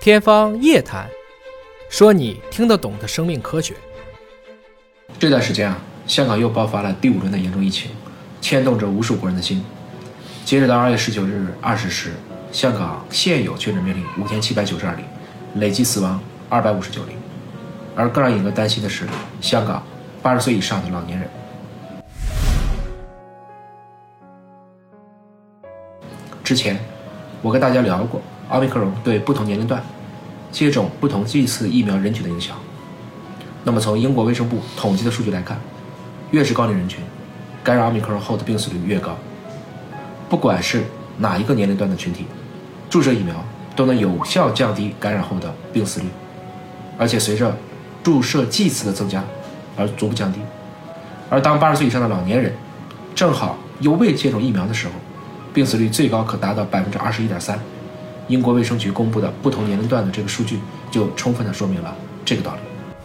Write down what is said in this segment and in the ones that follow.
天方夜谭，说你听得懂的生命科学。 这段时间啊，香港又爆发了第5轮的严重疫情，牵动着无数国人的心。截止到2月19日20时，香港现有确诊病例5792例，累计死亡259例。而更让尹哥担心的是，香港80岁以上的老年人。之前我跟大家聊过奥密克戎对不同年龄段接种不同剂次疫苗人群的影响。那么从英国卫生部统计的数据来看，越是高龄人群，感染奥密克戎后的病死率越高。不管是哪一个年龄段的群体，注射疫苗都能有效降低感染后的病死率，而且随着注射剂次的增加而逐步降低。而当80岁以上的老年人正好又未接种疫苗的时候，病死率最高可达到 21.3%。英国卫生局公布的不同年龄段的这个数据就充分地说明了这个道理。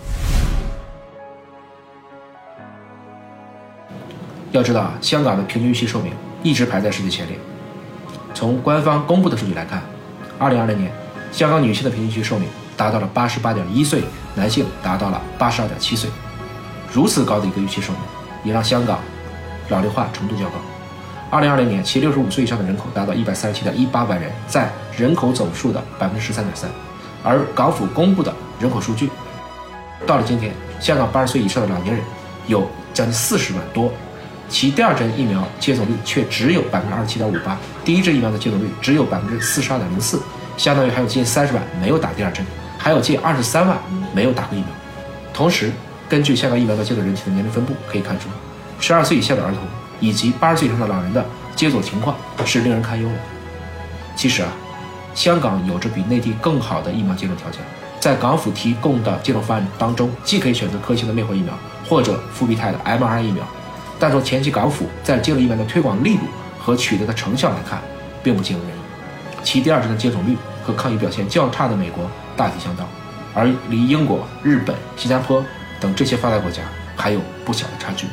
要知道啊，香港的平均预期寿命一直排在世界前列。从官方公布的数据来看，2020年香港女性的平均预期寿命达到了88.1岁，男性达到了82.7岁。如此高的一个预期寿命，也让香港老龄化程度较高。2020年其65岁以上的人口达到137.18万人，在人口总数的 13.3%。而港府公布的人口数据，到了今天，香港80岁以上的老年人有将近40万多，其第二针疫苗接种率却只有 27.58%， 第一针疫苗的接种率只有 42.04%， 相当于还有近30万没有打第二针，还有近23万没有打过疫苗。同时，根据香港疫苗的接种人群的年龄分布可以看出，12岁以下的儿童以及80岁以上的老人的接种情况是令人堪忧的。其实啊，香港有着比内地更好的疫苗接种条件，在港府提供的接种方案当中，既可以选择科兴的灭活疫苗或者复必泰的 mRNA 疫苗，但从前期港府在接种疫苗的推广力度和取得的成效来看，并不尽如人意。其第二针的接种率和抗疫表现较差的美国大体相当，而离英国、日本、新加坡等这些发达国家还有不小的差距。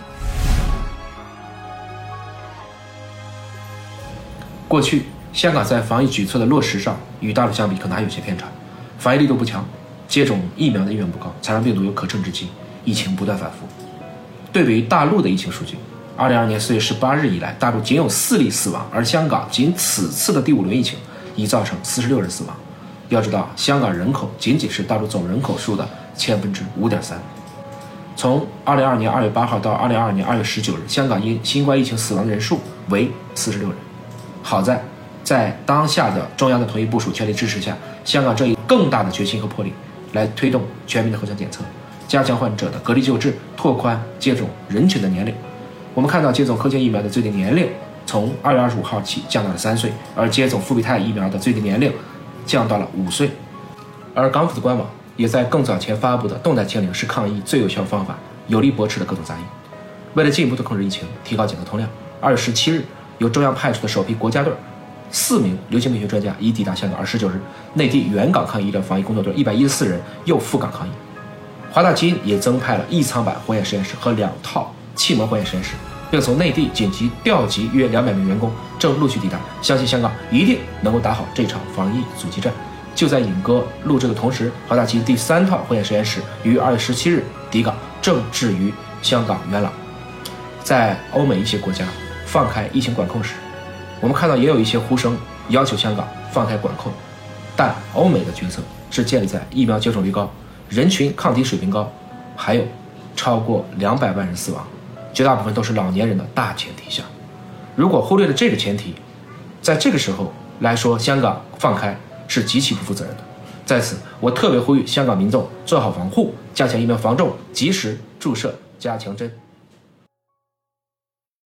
过去香港在防疫举措的落实上与大陆相比可能还有些偏差，防疫力度不强，接种疫苗的意愿不高，才让病毒有可乘之机，疫情不断反复。对比于大陆的疫情数据，2022年4月18日以来，大陆仅有4例死亡，而香港仅此次的第5轮疫情已造成46人死亡。要知道，香港人口仅仅是大陆总人口数的5.3%。从2022年2月8号到2022年2月19日，香港因新冠疫情死亡的人数为46人。好在当下的中央的统一部署、全力支持下，香港正以更大的决心和魄力来推动全民的核酸检测，加强患者的隔离救治，拓宽接种人群的年龄。我们看到接种科兴疫苗的最低年龄从2月25号起降到了3岁，而接种复必泰疫苗的最低年龄降到了5岁。而港府的官网也在更早前发布的动态清零是抗疫最有效方法，有力驳斥了各种杂音。为了进一步的控制疫情，提高检测通量，2月17日由中央派出的首批国家队4名流行病学专家已抵达香港。19日，内地原港抗疫医疗防疫工作队114人又赴港抗疫。华大基因也增派了异舱版火眼实验室和2套气门火眼实验室，并从内地紧急调集约200名员工，正陆续抵达。相信香港一定能够打好这场防疫阻击战。就在尹哥录制的同时，华大基因第3套火眼实验室于2月17日抵港，正置于香港元朗。在欧美一些国家放开疫情管控时，我们看到也有一些呼声要求香港放开管控，但欧美的决策是建立在疫苗接种率高、人群抗体水平高，还有超过200万人死亡，绝大部分都是老年人的大前提下。如果忽略了这个前提，在这个时候来说香港放开是极其不负责任的。在此我特别呼吁香港民众做好防护，加强疫苗防重，及时注射加强针。